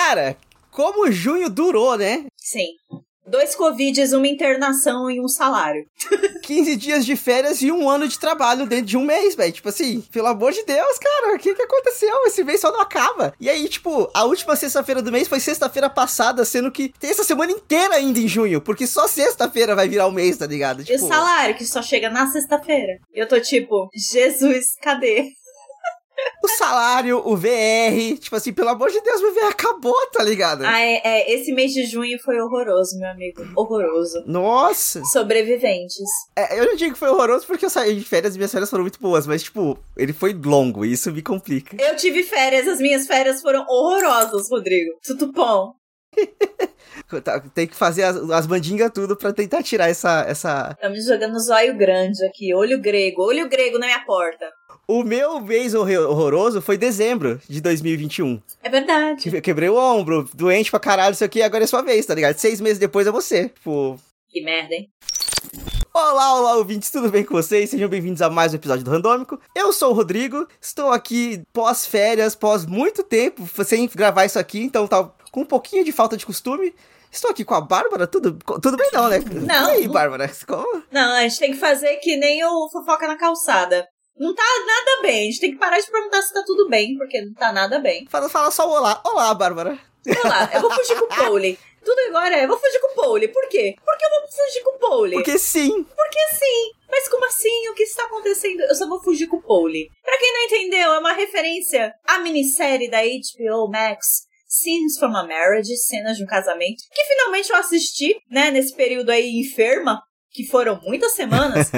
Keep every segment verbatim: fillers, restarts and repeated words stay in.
Cara, como junho durou, né? Sim. Dois Covids, uma internação e um salário. quinze dias de férias e um ano de trabalho dentro de um mês, velho. Tipo assim, pelo amor de Deus, cara, o que que aconteceu? Esse mês só não acaba. E aí, tipo, a última sexta-feira do mês foi sexta-feira passada, sendo que tem essa semana inteira ainda em junho, porque só sexta-feira vai virar o mês, tá ligado? Tipo... E o salário, que só chega na sexta-feira. Eu tô tipo, Jesus, cadê? O salário, o V R, tipo assim, pelo amor de Deus, o V R acabou, tá ligado? Ah, é, é, esse mês de junho foi horroroso, meu amigo. Horroroso. Nossa! Sobreviventes. É, eu não digo que foi horroroso porque eu saí de férias e minhas férias foram muito boas, mas, tipo, ele foi longo e isso me complica. Eu tive férias, as minhas férias foram horrorosas, Rodrigo. Tutupom. Tem que fazer as, as mandingas tudo pra tentar tirar essa... essa... Tá me jogando zóio grande aqui, olho grego, olho grego na minha porta. O meu mês horroroso foi dezembro de dois mil e vinte e um. É verdade. Eu quebrei o ombro, doente pra caralho, isso aqui, agora é sua vez, tá ligado? Seis meses depois é você. Tipo... Que merda, hein? Olá, olá, ouvintes, tudo bem com vocês? Sejam bem-vindos a mais um episódio do Randômico. Eu sou o Rodrigo, estou aqui pós-férias, pós muito tempo sem gravar isso aqui, então tá com um pouquinho de falta de costume. Estou aqui com a Bárbara, tudo, tudo bem não, né? Não. E aí, Bárbara? Como? Não, a gente tem que fazer que nem o Fofoca na Calçada. Não tá nada bem, a gente tem que parar de perguntar se tá tudo bem, porque não tá nada bem. Fala, fala só olá. Olá, Bárbara. Olá, eu vou fugir com o Pauli. Tudo agora é, eu vou fugir com o Pauli. Por quê? Porque eu vou fugir com o Pauli. Porque sim. Porque sim. Mas como assim? O que está acontecendo? Eu só vou fugir com o Pauli. Pra quem não entendeu, é uma referência à minissérie da H B O Max, Scenes from a Marriage, cenas de um casamento, que finalmente eu assisti, né, nesse período aí enferma, que foram muitas semanas.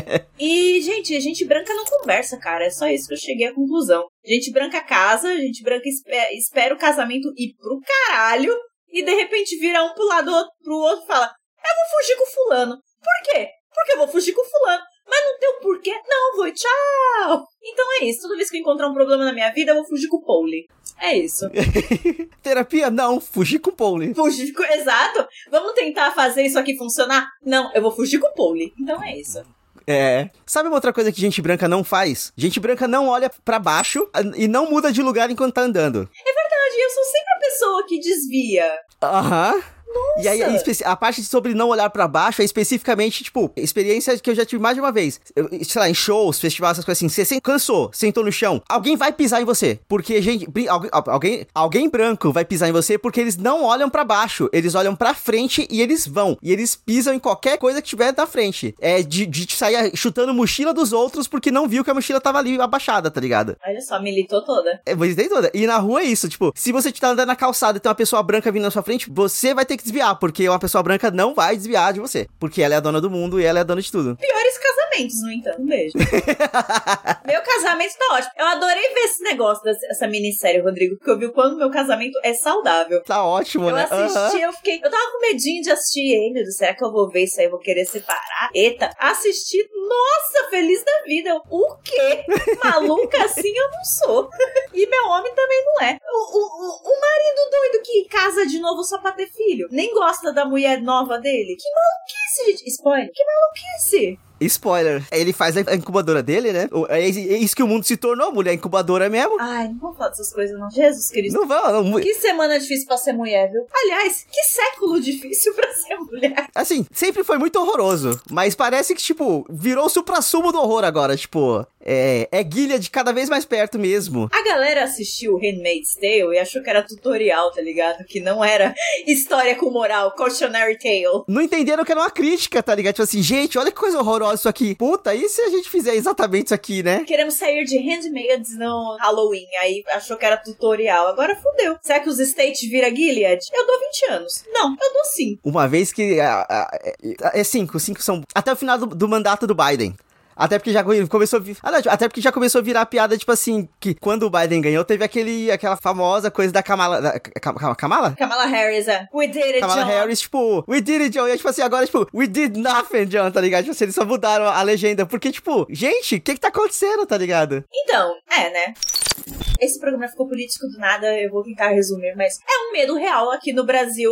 E, gente, a gente branca não conversa, cara. É só isso que eu cheguei à conclusão. Gente branca casa, gente branca espera, espera o casamento ir pro caralho, e de repente vira um pro lado outro, pro outro e fala, eu vou fugir com o fulano. Por quê? Porque eu vou fugir com o fulano. Mas não tem um porquê. Não, vou, tchau. Então é isso. Toda vez que eu encontrar um problema na minha vida, eu vou fugir com o Pauli. É isso. Terapia? Não, fugir com o Pauli. Fugir com... Exato. Vamos tentar fazer isso aqui funcionar? Não, eu vou fugir com o Pauli. Então é isso. É. Sabe uma outra coisa que gente branca não faz? Gente branca não olha pra baixo e não muda de lugar enquanto tá andando. É verdade, eu sou sempre a pessoa que desvia. Aham. Uhum. Nossa. E aí, a parte sobre não olhar pra baixo é especificamente, tipo, experiência que eu já tive mais de uma vez. Eu, sei lá, em shows, festivais, essas coisas assim. Você sem, cansou, sentou no chão. Alguém vai pisar em você. Porque, gente, alguém, alguém, alguém branco vai pisar em você porque eles não olham pra baixo. Eles olham pra frente e eles vão. E eles pisam em qualquer coisa que tiver na frente. É de, de sair chutando mochila dos outros porque não viu que a mochila tava ali abaixada, tá ligado? Olha só, militou toda. É, militei toda. E na rua é isso, tipo, se você tá andando na calçada e tem uma pessoa branca vindo na sua frente, você vai ter que desviar, porque uma pessoa branca não vai desviar de você. Porque ela é a dona do mundo e ela é a dona de tudo. Piores casamentos, no entanto. Um beijo. Meu casamento tá ótimo. Eu adorei ver esse negócio dessa minissérie, Rodrigo, porque eu vi o quanto meu casamento é saudável. Tá ótimo, eu né? Eu assisti, uhum. eu fiquei... Eu tava com medinho de assistir. Ei, meu Deus, será que eu vou ver isso aí? Eu vou querer separar? Eita, assisti. Nossa, feliz da vida. Eu, o quê? Maluca assim eu não sou. E meu homem também não é. O, o, o, o marido doido que casa de novo só pra ter filho. Nem gosta da mulher nova dele. Que maluquice, gente. Spoiler. Que maluquice. Spoiler. Ele faz a incubadora dele, né? É isso que o mundo se tornou, mulher incubadora mesmo. Ai, não vamos falar dessas coisas não. Jesus Cristo. Não vamos, não. Que semana difícil pra ser mulher, viu? Aliás, que século difícil pra ser mulher. Assim, sempre foi muito horroroso. Mas parece que, tipo, virou o suprassumo do horror agora. Tipo, é, é Gilead cada vez mais perto mesmo. A galera assistiu Handmaid's Tale e achou que era tutorial, tá ligado? Que não era história com moral, cautionary tale. Não entenderam que era uma crítica, tá ligado? Tipo assim, gente, olha que coisa horrorosa isso aqui. Puta, e se a gente fizer exatamente isso aqui, né? Queremos sair de Handmaids no Halloween. Aí achou que era tutorial. Agora fudeu. Será que os States vira Gilead? Eu dou vinte anos. Não, eu dou cinco. Uma vez que... É cinco, cinco são... Até o final do, do mandato do Biden. Até porque já começou a vir... ah, não, até porque já começou a virar piada, tipo assim, que quando o Biden ganhou, teve aquele, aquela famosa coisa da Kamala... Da, Kamala? Kamala? Kamala Harris, é. We did it, Kamala John. Harris, tipo, we did it, John. E tipo assim, agora, tipo, we did nothing, John, tá ligado? Tipo assim, eles só mudaram a legenda. Porque, tipo, gente, o que que tá acontecendo, tá ligado? Então, é, né? Esse programa ficou político do nada, eu vou tentar resumir, mas é um medo real aqui no Brasil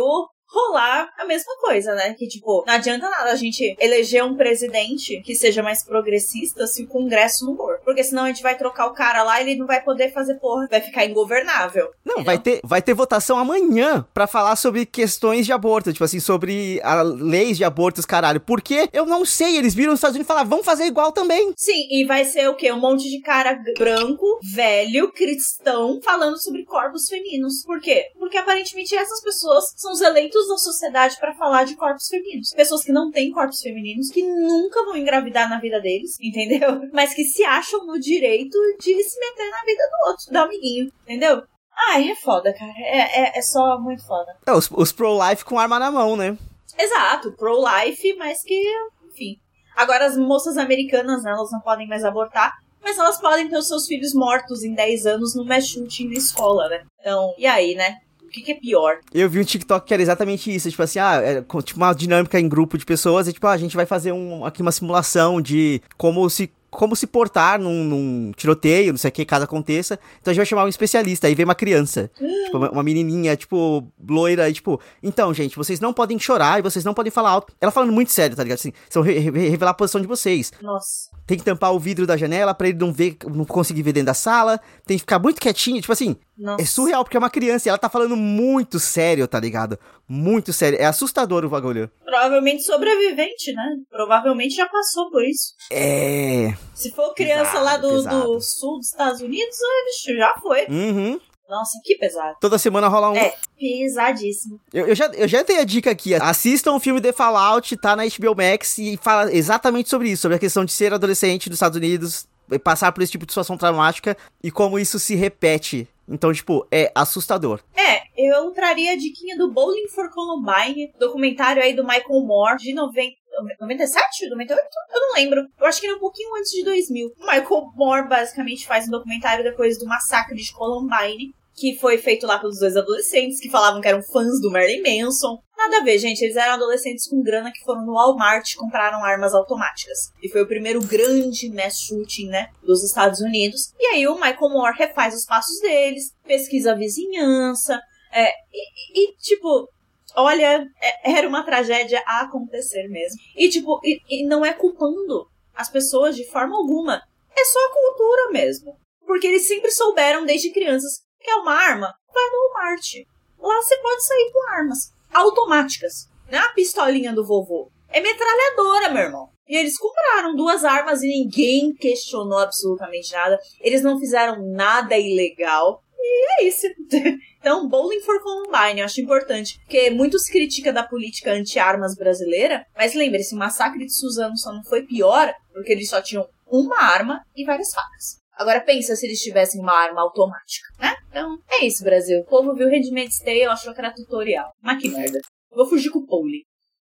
rolar a mesma coisa, né? Que, tipo, não adianta nada a gente eleger um presidente que seja mais progressista se o Congresso não for. Porque senão a gente vai trocar o cara lá e ele não vai poder fazer porra. Vai ficar ingovernável. Não, vai ter, vai ter votação amanhã pra falar sobre questões de aborto. Tipo assim, sobre a leis de abortos, caralho. Porque eu não sei, eles viram os Estados Unidos e falaram, vamos fazer igual também. Sim, e vai ser o quê? Um monte de cara branco, velho, cristão, falando sobre corpos femininos. Por quê? Porque aparentemente essas pessoas são os eleitos da sociedade pra falar de corpos femininos. Pessoas que não têm corpos femininos, que nunca vão engravidar na vida deles, entendeu? Mas que se acham no direito de se meter na vida do outro, do amiguinho, entendeu? Ai, é foda, cara. É, é, é só muito foda. É, os, os pro-life com arma na mão, né? Exato, pro-life, mas que, enfim. Agora as moças americanas, né, elas não podem mais abortar, mas elas podem ter os seus filhos mortos em dez anos no mass shooting na escola, né? Então, e aí, né? O que, que é pior? Eu vi um TikTok que era exatamente isso, tipo assim, ah, é, tipo uma dinâmica em grupo de pessoas, e tipo, ah, a gente vai fazer um, aqui uma simulação de como se, como se portar num, num tiroteio, não sei o que, caso aconteça, então a gente vai chamar um especialista, aí vem uma criança, tipo, uma, uma menininha, tipo, loira, e tipo, então, gente, vocês não podem chorar e vocês não podem falar alto. Ela falando muito sério, tá ligado? Assim, são re- re- revelar a posição de vocês. Nossa. Tem que tampar o vidro da janela pra ele não ver, não conseguir ver dentro da sala. Tem que ficar muito quietinho. Tipo assim, Nossa. É surreal, porque é uma criança e ela tá falando muito sério, tá ligado? Muito sério. É assustador o bagulho. Provavelmente sobrevivente, né? Provavelmente já passou por isso. É... Se for criança pesado, lá do, pesado. do sul dos Estados Unidos, bicho, já foi. Uhum. Nossa, que pesado. Toda semana rola um... É, pesadíssimo. Eu, eu, já, eu já dei a dica aqui. Assistam o filme The Fallout, tá na H B O Max, e fala exatamente sobre isso. Sobre a questão de ser adolescente dos Estados Unidos, passar por esse tipo de situação traumática, e como isso se repete. Então, tipo, é assustador. É, eu traria a diquinha do Bowling for Columbine, documentário aí do Michael Moore, de noventa, noventa e sete? noventa e oito? Eu não lembro. Eu acho que era um pouquinho antes de dois mil. O Michael Moore basicamente faz um documentário depois do massacre de Columbine, que foi feito lá pelos dois adolescentes que falavam que eram fãs do Marilyn Manson. Nada a ver, gente. Eles eram adolescentes com grana que foram no Walmart e compraram armas automáticas. E foi o primeiro grande mass shooting, né, dos Estados Unidos. E aí o Michael Moore refaz os passos deles, pesquisa a vizinhança, é, e, e tipo... Olha, é, era uma tragédia a acontecer mesmo. E, tipo, e, e não é culpando as pessoas de forma alguma. É só a cultura mesmo. Porque eles sempre souberam desde crianças que é uma arma, vai no Walmart. Lá você pode sair com armas automáticas. Não é a pistolinha do vovô. É metralhadora, meu irmão. E eles compraram duas armas e ninguém questionou absolutamente nada. Eles não fizeram nada ilegal. E é isso. Então, Bowling for Columbine, eu acho importante. Porque muitos criticam da política anti-armas brasileira. Mas lembre-se, o massacre de Suzano só não foi pior porque eles só tinham uma arma e várias facas. Agora pensa se eles tivessem uma arma automática, né? Então, é isso, Brasil. O povo viu Handmaid's Tale, achou que era tutorial. Mas que merda. Vou fugir com o Pauli.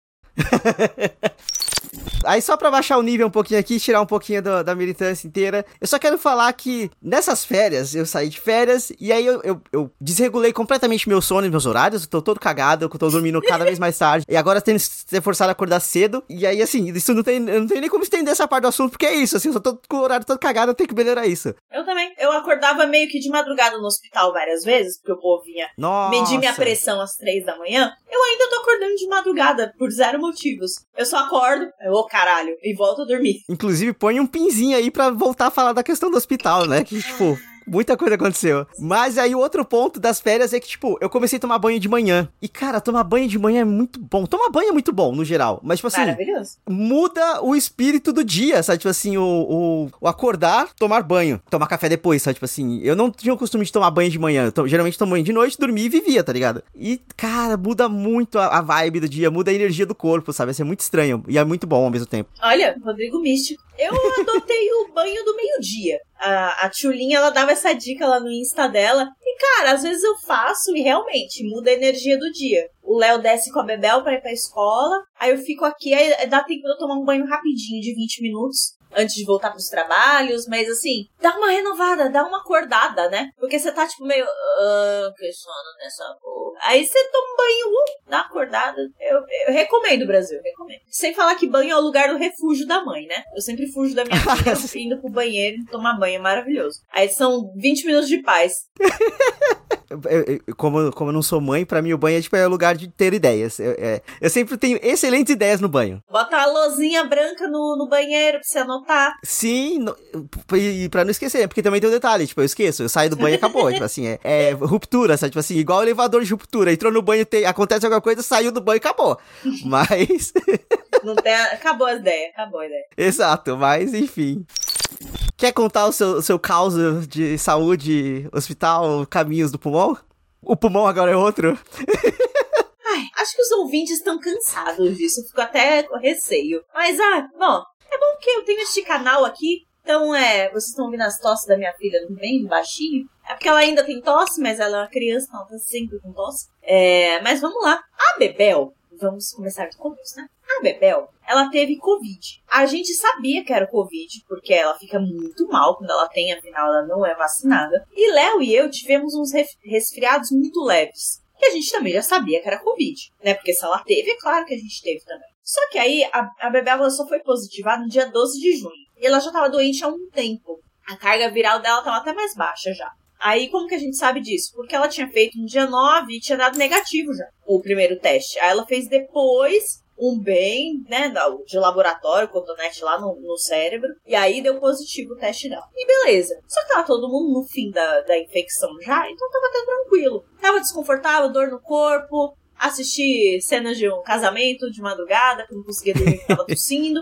Aí só pra baixar o nível um pouquinho aqui, tirar um pouquinho do, da militância inteira, eu só quero falar que nessas férias, eu saí de férias e aí eu, eu, eu desregulei completamente meu sono e meus horários, eu tô todo cagado, eu tô dormindo cada vez mais tarde, e agora tenho que ser forçado a acordar cedo, e aí assim, isso não tem, eu não tenho nem como estender essa parte do assunto, porque é isso, assim, eu só tô com o horário todo cagado, eu tenho que melhorar isso. Eu também, eu acordava meio que de madrugada no hospital várias vezes, porque o povo vinha Nossa. medir minha pressão às três da manhã, eu ainda tô acordando de madrugada, por zero motivos. Eu só acordo, eu, ô caralho, e volto a dormir. Inclusive, põe um pinzinho aí pra voltar a falar da questão do hospital, né? Que, tipo, muita coisa aconteceu. Mas aí o outro ponto das férias é que, tipo, eu comecei a tomar banho de manhã. E, cara, tomar banho de manhã é muito bom. Tomar banho é muito bom, no geral. Mas, tipo assim, maravilhoso. Muda o espírito do dia, sabe? Tipo assim, o, o, o acordar, tomar banho. Tomar café depois, sabe? Tipo assim, eu não tinha o costume de tomar banho de manhã. Eu to, geralmente tomo banho de noite, dormia e vivia, tá ligado? E, cara, muda muito a, a vibe do dia, muda a energia do corpo, sabe? Assim, é muito estranho e é muito bom ao mesmo tempo. Olha, Rodrigo Místico. Eu adotei o banho do meio-dia. A, a Tchulinha, ela dava essa dica lá no Insta dela. E, cara, às vezes eu faço e realmente muda a energia do dia. O Léo desce com a Bebel pra ir pra escola. Aí eu fico aqui, aí dá tempo de eu tomar um banho rapidinho de vinte minutos. Antes de voltar pros trabalhos, mas assim, dá uma renovada, dá uma acordada, né? Porque você tá tipo meio, ah, que sono nessa porra. Aí você toma um banho, uh, dá uma acordada. Eu, eu recomendo, Brasil, recomendo. Sem falar que banho é o lugar do refúgio da mãe, né? Eu sempre fujo da minha filha indo pro banheiro e tomar banho, é maravilhoso. Aí são vinte minutos de paz. eu, eu, como, como eu não sou mãe, pra mim o banho é, tipo, é lugar de ter ideias. Eu, é, eu sempre tenho excelentes ideias no banho. Bota uma lousinha branca no, no banheiro pra você anotar. Sim, no, e pra não esquecer, porque também tem um detalhe, tipo, eu esqueço, eu saio do banho e acabou, tipo assim, é, é ruptura, sabe, tipo assim, igual elevador de ruptura, entrou no banho, tem, acontece alguma coisa, saiu do banho e acabou. Mas... Não tem, acabou as ideias, acabou a ideia. Exato, mas enfim... Quer contar o seu, seu caos de saúde, hospital, caminhos do pulmão? O pulmão agora é outro? Ai, acho que os ouvintes estão cansados disso, eu fico até com receio. Mas, ah, bom, é bom que eu tenho este canal aqui, então, é, vocês estão ouvindo as tosses da minha filha bem baixinho. É porque ela ainda tem tosse, mas ela é uma criança, então ela tá sempre com tosse. É, mas vamos lá. A Bebel, vamos começar do começo, né? A Bebel, ela teve Covid. A gente sabia que era Covid, porque ela fica muito mal quando ela tem, afinal ela não é vacinada. E Léo e eu tivemos uns resfriados muito leves, que a gente também já sabia que era Covid, né? Porque se ela teve, é claro que a gente teve também. Só que aí, a, a Bebel ela só foi positivada no dia doze de junho. E ela já tava doente há um tempo. A carga viral dela tava até mais baixa já. Aí, como que a gente sabe disso? Porque ela tinha feito no dia nove e tinha dado negativo já, o primeiro teste. Aí ela fez depois... um bem, né, de laboratório, cotonete lá no, no cérebro, e aí deu positivo o teste dela. E beleza. Só que tava todo mundo no fim da, da infecção já, então tava até tranquilo. Tava desconfortável, dor no corpo, assisti cenas de um casamento de madrugada, que não conseguia dormir, que tava tossindo.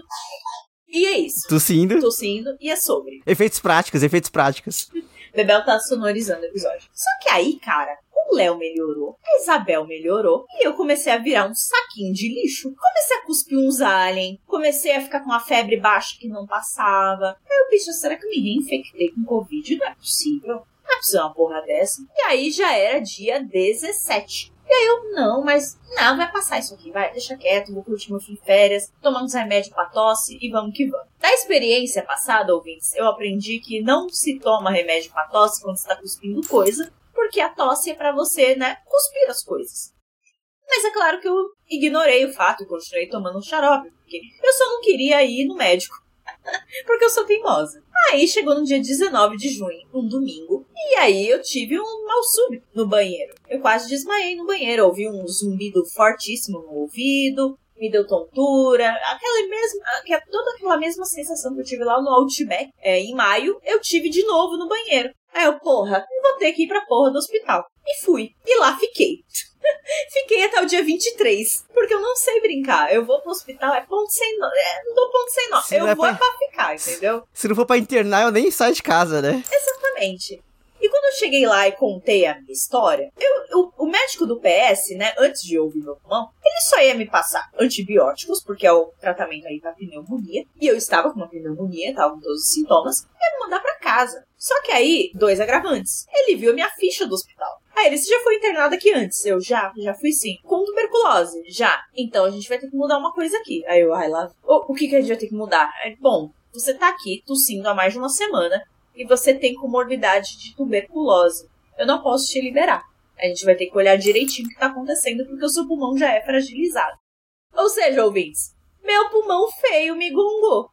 E é isso. Tossindo. Tossindo, e é sobre. Efeitos práticos, efeitos práticos. Bebel tá sonorizando o episódio. Só que aí, cara... o Léo melhorou, a Isabel melhorou, e eu comecei a virar um saquinho de lixo. Comecei a cuspir uns alien, comecei a ficar com uma febre baixa que não passava. Aí eu pensei, será que eu me reinfectei com Covid? Não é possível. Não é possível uma porra dessa. E aí já era dia dezessete. E aí eu, não, mas não, vai passar isso aqui, vai, deixa quieto, vou curtir meu fim de férias, tomar uns remédios pra tosse e vamos que vamos. Da experiência passada, ouvintes, eu aprendi que não se toma remédio pra tosse quando você tá cuspindo coisa, porque a tosse é pra você, né, cuspir as coisas. Mas é claro que eu ignorei o fato e continuei tomando um xarope, porque eu só não queria ir no médico. Porque eu sou teimosa. Aí chegou no dia dezenove de junho, um domingo, e aí eu tive um mal súbito no banheiro. Eu quase desmaiei no banheiro, ouvi um zumbido fortíssimo no ouvido, me deu tontura, aquela mesma, toda aquela mesma sensação que eu tive lá no Outback, é, em maio, eu tive de novo no banheiro. Aí eu, porra, eu vou ter que ir pra porra do hospital. E fui. E lá fiquei. Fiquei até o dia vinte e três. Porque eu não sei brincar. Eu vou pro hospital, é ponto sem nó. É, não dou ponto sem nó. Se eu vou pra... é pra ficar, entendeu? Se não for pra internar, eu nem saio de casa, né? Exatamente. E quando eu cheguei lá e contei a minha história, eu, eu, o médico do P S, né, antes de ouvir meu pulmão, ele só ia me passar antibióticos, porque é o tratamento aí pra pneumonia. E eu estava com uma pneumonia, estava com todos os sintomas, e ia me mandar pra casa. Só que aí, dois agravantes. Ele viu a minha ficha do hospital. Aí ele, você já foi internado aqui antes? Eu, já, já fui sim. Com tuberculose? Já. Então a gente vai ter que mudar uma coisa aqui. Aí eu, ai lá, o, o que, que a gente vai ter que mudar? Aí, bom, você tá aqui tossindo há mais de uma semana e você tem comorbidade de tuberculose. Eu não posso te liberar. A gente vai ter que olhar direitinho o que tá acontecendo porque o seu pulmão já é fragilizado. Ou seja, ouvintes, meu pulmão feio me gongou.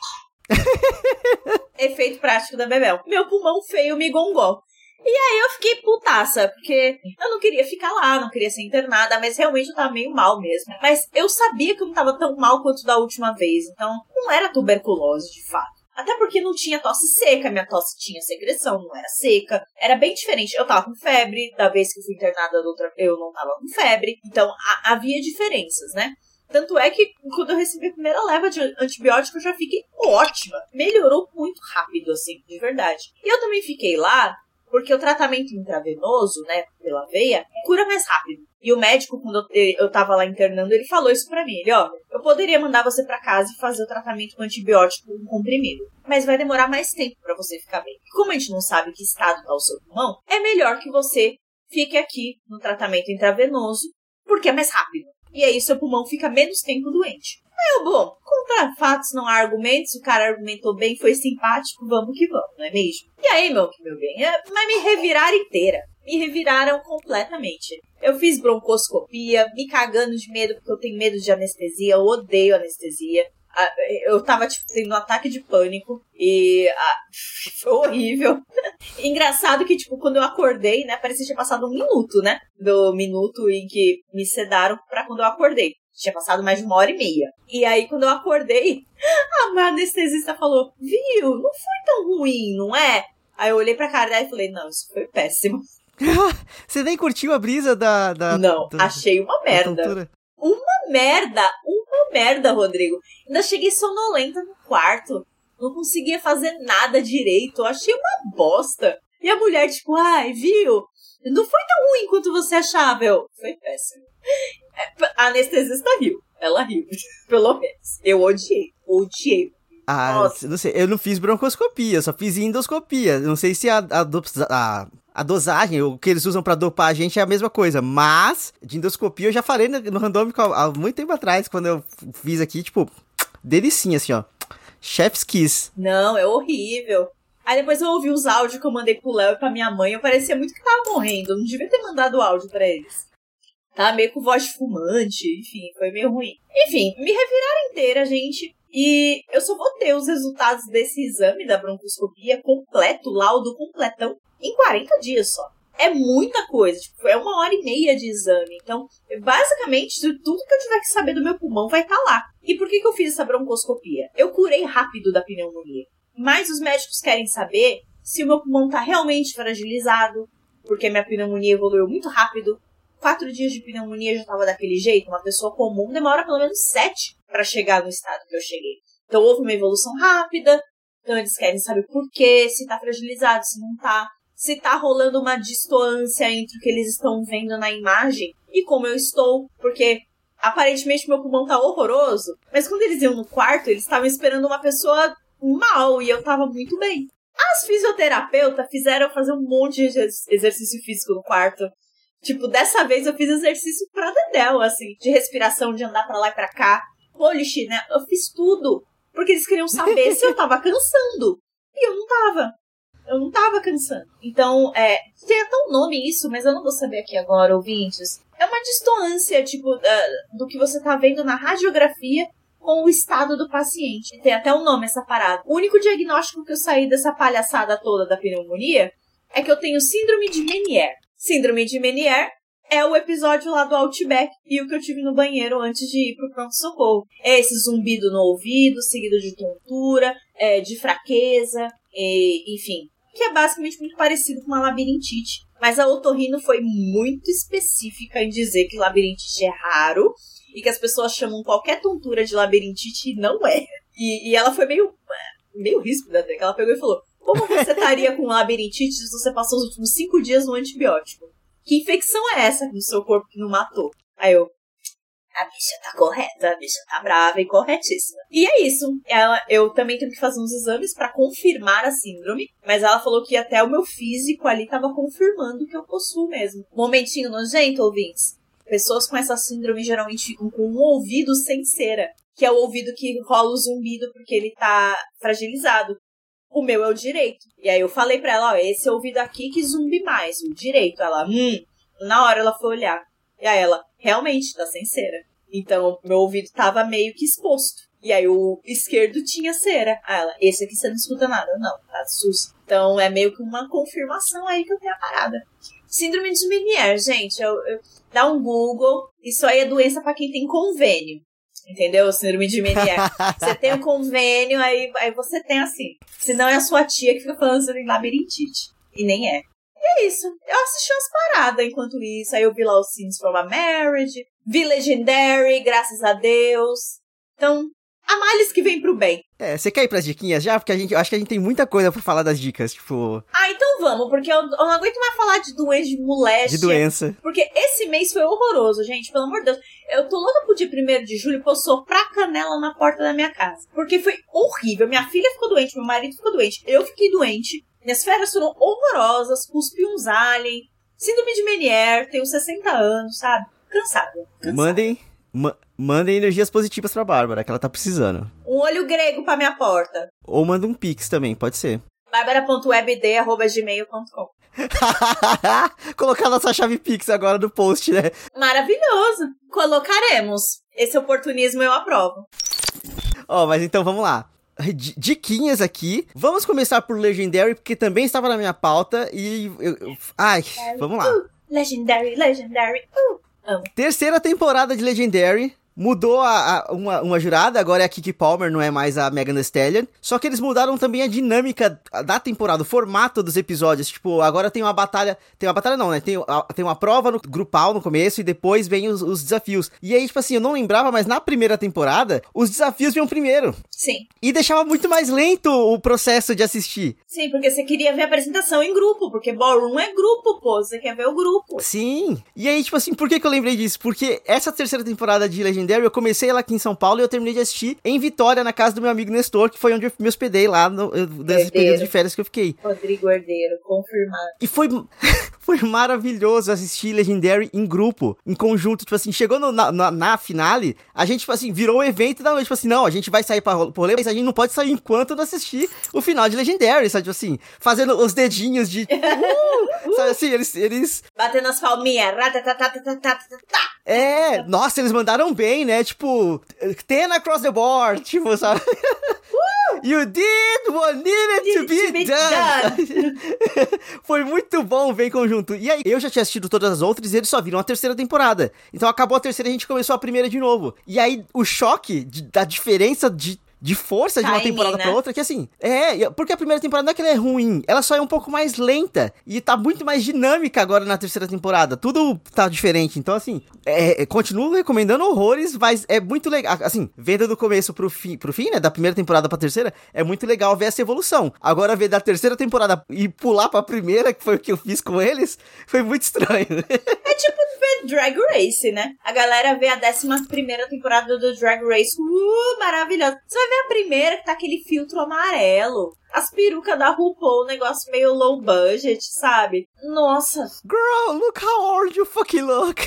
Efeito prático da Bebel. Meu pulmão feio me gongou. E aí eu fiquei putaça, porque eu não queria ficar lá, não queria ser internada, mas realmente eu tava meio mal mesmo. Mas eu sabia que eu não tava tão mal quanto da última vez, então não era tuberculose de fato. Até porque não tinha tosse seca, minha tosse tinha secreção, não era seca. Era bem diferente. Eu tava com febre, da vez que eu fui internada da outra, eu não tava com febre. Então a, havia diferenças, né? Tanto é que quando eu recebi a primeira leva de antibiótico, eu já fiquei ótima. Melhorou muito rápido, assim, de verdade. E eu também fiquei lá porque o tratamento intravenoso, né, pela veia, cura mais rápido. E o médico, quando eu, eu tava lá internando, ele falou isso pra mim. Ele, ó, eu poderia mandar você pra casa e fazer o tratamento com antibiótico com comprimido, mas vai demorar mais tempo pra você ficar bem. E como a gente não sabe que estado tá o seu pulmão, é melhor que você fique aqui no tratamento intravenoso, porque é mais rápido. E aí seu pulmão fica menos tempo doente. Aí eu, bom, contra fatos não há argumentos, o cara argumentou bem, foi simpático, vamos que vamos, não é mesmo? E aí, meu, meu bem, é, mas me reviraram inteira. Me reviraram completamente. Eu fiz broncoscopia, me cagando de medo, porque eu tenho medo de anestesia, eu odeio anestesia. Eu tava, tipo, tendo um ataque de pânico e ah, foi horrível. Engraçado que, tipo, quando eu acordei, né, parecia que tinha passado um minuto, né? Do minuto em que me sedaram pra quando eu acordei. Tinha passado mais de uma hora e meia. E aí, quando eu acordei, a anestesista falou, viu, não foi tão ruim, não é? Aí eu olhei pra cara dela e falei, não, isso foi péssimo. Você nem curtiu a brisa da... da não, da, achei uma merda. Uma merda, uma merda, Rodrigo. Ainda cheguei sonolenta no quarto. Não conseguia fazer nada direito. Eu achei uma bosta. E a mulher, tipo, ai, viu? Não foi tão ruim quanto você achava. Eu, foi péssimo. A anestesista riu. Ela riu, pelo menos. Eu odiei, odiei. Ah, Nossa. não sei. Eu não fiz broncoscopia, eu só fiz endoscopia. Não sei se a, a, a, a dosagem, o que eles usam pra dopar a gente é a mesma coisa. Mas, de endoscopia, eu já falei no, no Randômico há, há muito tempo atrás, quando eu fiz aqui, tipo, delicinha, assim, ó. Chef's kiss. Não, é horrível. Aí depois eu ouvi os áudios que eu mandei pro Léo e pra minha mãe. Eu parecia muito que tava morrendo. Eu não devia ter mandado áudio pra eles. Tava meio com voz de fumante. Enfim, foi meio ruim. Enfim, me reviraram inteira, gente. E eu só vou ter os resultados desse exame da broncoscopia completo, laudo completão, em quarenta dias só. É muita coisa. Tipo, é uma hora e meia de exame. Então, basicamente, tudo que eu tiver que saber do meu pulmão vai estar lá. E por que que eu fiz essa broncoscopia? Eu curei rápido da pneumonia. Mas os médicos querem saber se o meu pulmão está realmente fragilizado, porque minha pneumonia evoluiu muito rápido. Quatro dias de pneumonia já estava daquele jeito. Uma pessoa comum demora pelo menos sete para chegar no estado que eu cheguei. Então houve uma evolução rápida. Então eles querem saber por quê, se está fragilizado, se não está. Se está rolando uma distância entre o que eles estão vendo na imagem e como eu estou. Porque aparentemente meu pulmão tá horroroso. Mas quando eles iam no quarto, eles estavam esperando uma pessoa mal e eu tava muito bem. As fisioterapeutas fizeram eu fazer um monte de exercício físico no quarto. Tipo, dessa vez eu fiz exercício pra dedéu, assim, de respiração, de andar pra lá e pra cá. Polichinelo, eu fiz tudo. Porque eles queriam saber se eu tava cansando. E eu não tava. Eu não tava cansando. Então, é, tem até um nome isso, mas eu não vou saber aqui agora, ouvintes. É uma distância, tipo, uh, do que você tá vendo na radiografia com o estado do paciente. Tem até um nome essa parada. O único diagnóstico que eu saí dessa palhaçada toda da pneumonia é que eu tenho síndrome de Meniere. Síndrome de Meniere é o episódio lá do Outback e o que eu tive no banheiro antes de ir pro pronto-socorro. É esse zumbido no ouvido, seguido de tontura, é, de fraqueza, e, enfim. Que é basicamente muito parecido com uma labirintite. Mas a otorrino foi muito específica em dizer que labirintite é raro e que as pessoas chamam qualquer tontura de labirintite e não é. E, e ela foi meio, meio ríspida até, que ela pegou e falou: como você estaria com labirintite se você passou os últimos cinco dias no antibiótico? Que infecção é essa no seu corpo que não matou? Aí eu, a bicha tá correta, a bicha tá brava e corretíssima. E é isso. Ela, eu também tenho que fazer uns exames pra confirmar a síndrome, mas ela falou que até o meu físico ali tava confirmando que eu possuo mesmo. Momentinho nojento, ouvintes. Pessoas com essa síndrome geralmente com um ouvido sem cera, que é o ouvido que rola o zumbido porque ele tá fragilizado. O meu é o direito. E aí eu falei pra ela, ó, esse ouvido aqui que zumbi mais, o direito. Ela, hum, na hora ela foi olhar. E aí ela, realmente, tá sem cera. Então, meu ouvido tava meio que exposto. E aí o esquerdo tinha cera. Aí ela, esse aqui você não escuta nada. Não, tá sus. Então é meio que uma confirmação aí que eu tenho a parada. Síndrome de Meniere, gente, eu, eu, dá um Google. Isso aí é doença pra quem tem convênio. Entendeu? Síndrome de Meniere. Você tem um convênio, aí, aí você tem assim. Senão é a sua tia que fica falando sobre labirintite. E nem é. E é isso. Eu assisti umas paradas enquanto isso. Aí eu vi lá os Scenes from a Marriage. Vi Legendary, graças a Deus. Então, há males que vem pro bem. É, você quer ir pras diquinhas já? Porque a gente, eu acho que a gente tem muita coisa pra falar das dicas, tipo... Ah, então vamos, porque eu, eu não aguento mais falar de doença, de moléstia. De doença. Porque esse mês foi horroroso, gente, pelo amor de Deus. Eu tô louca pro dia primeiro de julho pra eu soprar canela na porta da minha casa. Porque foi horrível. Minha filha ficou doente, meu marido ficou doente, eu fiquei doente. Minhas férias foram horrorosas, cuspi uns alien. Síndrome de Meniere, tenho sessenta anos, sabe? Cansada. Cansada. Mandem... Ma- mandem energias positivas pra Bárbara, que ela tá precisando. Um olho grego pra minha porta. Ou manda um pix também, pode ser. bárbara ponto webd arroba gmail ponto com. Colocar nossa chave pix agora no post, né? Maravilhoso. Colocaremos. Esse oportunismo eu aprovo. Ó, oh, mas então vamos lá. diquinhas aqui. Vamos começar por Legendary, porque também estava na minha pauta e... Eu, eu, ai, vamos lá. Uh, Legendary, Legendary, uh. Amo. Terceira temporada de Legendary. Mudou a, a, uma, uma jurada, agora é a Keke Palmer, não é mais a Megan Thee Stallion. Só que eles mudaram também a dinâmica da temporada, o formato dos episódios. Tipo, agora tem uma batalha... Tem uma batalha não, né? Tem, a, tem uma prova no, grupal no começo e depois vem os, os desafios. E aí, tipo assim, eu não lembrava, mas na primeira temporada, os desafios vinham primeiro. Sim. E deixava muito mais lento o processo de assistir. Sim, porque você queria ver a apresentação em grupo, porque Ballroom é grupo, pô. Você quer ver o grupo. Sim. E aí, tipo assim, por que que eu lembrei disso? Porque essa terceira temporada de Legendary, eu comecei ela aqui em São Paulo e eu terminei de assistir em Vitória, na casa do meu amigo Nestor, que foi onde eu me hospedei lá, no, nesses períodos de férias que eu fiquei. Rodrigo Herdeiro, confirmado. E foi, foi maravilhoso assistir Legendary em grupo, em conjunto, tipo assim, chegou no, na, na, na finale, a gente, tipo assim, virou o evento da noite, tipo assim, não, a gente vai sair pra rolê, mas a gente não pode sair enquanto não assistir o final de Legendary, sabe, tipo assim, fazendo os dedinhos de... Uh, sabe assim, eles... eles... batendo as palminhas. É, nossa, eles mandaram bem, né? Tipo, ten across the board, tipo, sabe? Uh! You did what needed to be, to be done. done. Foi muito bom ver em conjunto. E aí, eu já tinha assistido todas as outras e eles só viram a terceira temporada. Então acabou a terceira e a gente começou a primeira de novo. E aí, o choque de, da diferença de... de força de uma Timing, temporada né? pra outra, que assim, é, porque a primeira temporada não é que ela é ruim, ela só é um pouco mais lenta, e tá muito mais dinâmica agora na terceira temporada, tudo tá diferente, então assim, é, é, continuo recomendando horrores, mas é muito legal, assim, vendo do começo pro fim, pro fim, né, da primeira temporada pra terceira, é muito legal ver essa evolução, agora ver da terceira temporada e pular pra primeira, que foi o que eu fiz com eles, foi muito estranho. É tipo ver Drag Race, né? A galera vê a décima primeira temporada do Drag Race, uh, maravilhosa. Você vai ver a primeira que tá aquele filtro amarelo. As perucas da RuPaul, um negócio meio low budget, sabe? Nossa. Girl, look how old you fucking look.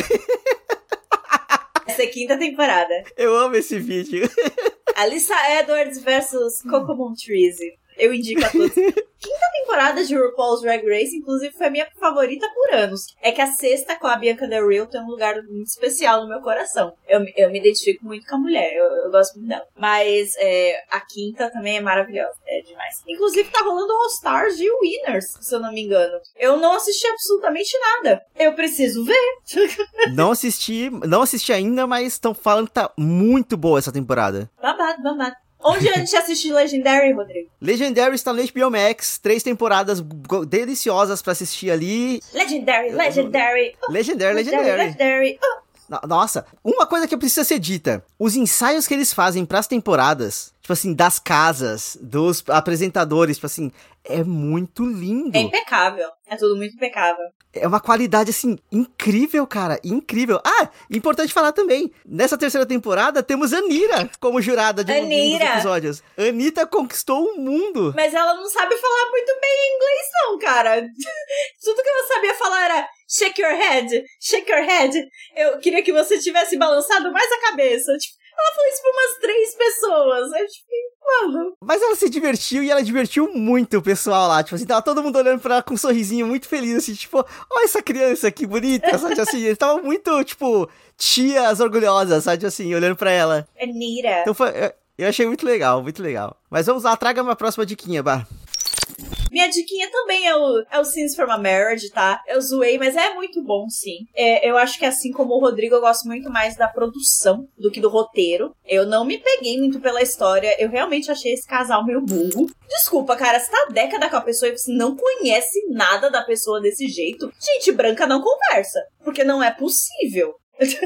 Essa é a quinta temporada. Eu amo esse vídeo. Alyssa Edwards versus Coco Montrese. Eu indico a todos. Quinta temporada de RuPaul's Drag Race, inclusive, foi a minha favorita por anos. É que a sexta, com a Bianca Del Rio, tem um lugar muito especial no meu coração. Eu, eu me identifico muito com a mulher, eu, eu gosto muito dela. Mas é, a quinta também é maravilhosa, é demais. Inclusive, tá rolando All Stars de Winners, se eu não me engano. Eu não assisti absolutamente nada. Eu preciso ver. Não assisti, não assisti ainda, mas estão falando que tá muito boa essa temporada. Babado, babado. Onde a gente assiste Legendary, Rodrigo? Legendary está no H B O Max, três temporadas deliciosas pra assistir ali. Legendary, Legendary. Oh, Legendary, Legendary. Legendary. Oh. Nossa, uma coisa que precisa ser dita. Os ensaios que eles fazem pras temporadas, tipo assim, das casas, dos apresentadores, tipo assim, é muito lindo. É impecável. É tudo muito impecável. É uma qualidade, assim, incrível, cara. Incrível. Ah, importante falar também. Nessa terceira temporada, temos a Anira como jurada de um dos episódios. Anitta conquistou o mundo. Mas ela não sabe falar muito bem inglês, não, cara. Tudo que ela sabia falar era shake your head, shake your head. Eu queria que você tivesse balançado mais a cabeça. Tipo, ela falou isso pra umas três pessoas. Eu, tipo, mano. Mas ela se divertiu e ela divertiu muito o pessoal lá. Tipo assim, tava todo mundo olhando pra ela com um sorrisinho muito feliz, assim, tipo, olha essa criança que bonita, sabe? Assim, eles estavam muito, tipo, tias orgulhosas, sabe? Assim, olhando pra ela. Anira. Então foi, eu, eu achei muito legal, muito legal. Mas vamos lá, traga uma próxima diquinha, Bah. Minha diquinha também é o, é o Scenes from a Marriage, tá? Eu zoei, mas é muito bom, sim. É, eu acho que assim como o Rodrigo, eu gosto muito mais da produção do que do roteiro. Eu não me peguei muito pela história. Eu realmente achei esse casal meio burro. Desculpa, cara, você tá década com a pessoa e você não conhece nada da pessoa desse jeito. Gente branca não conversa, porque não é possível.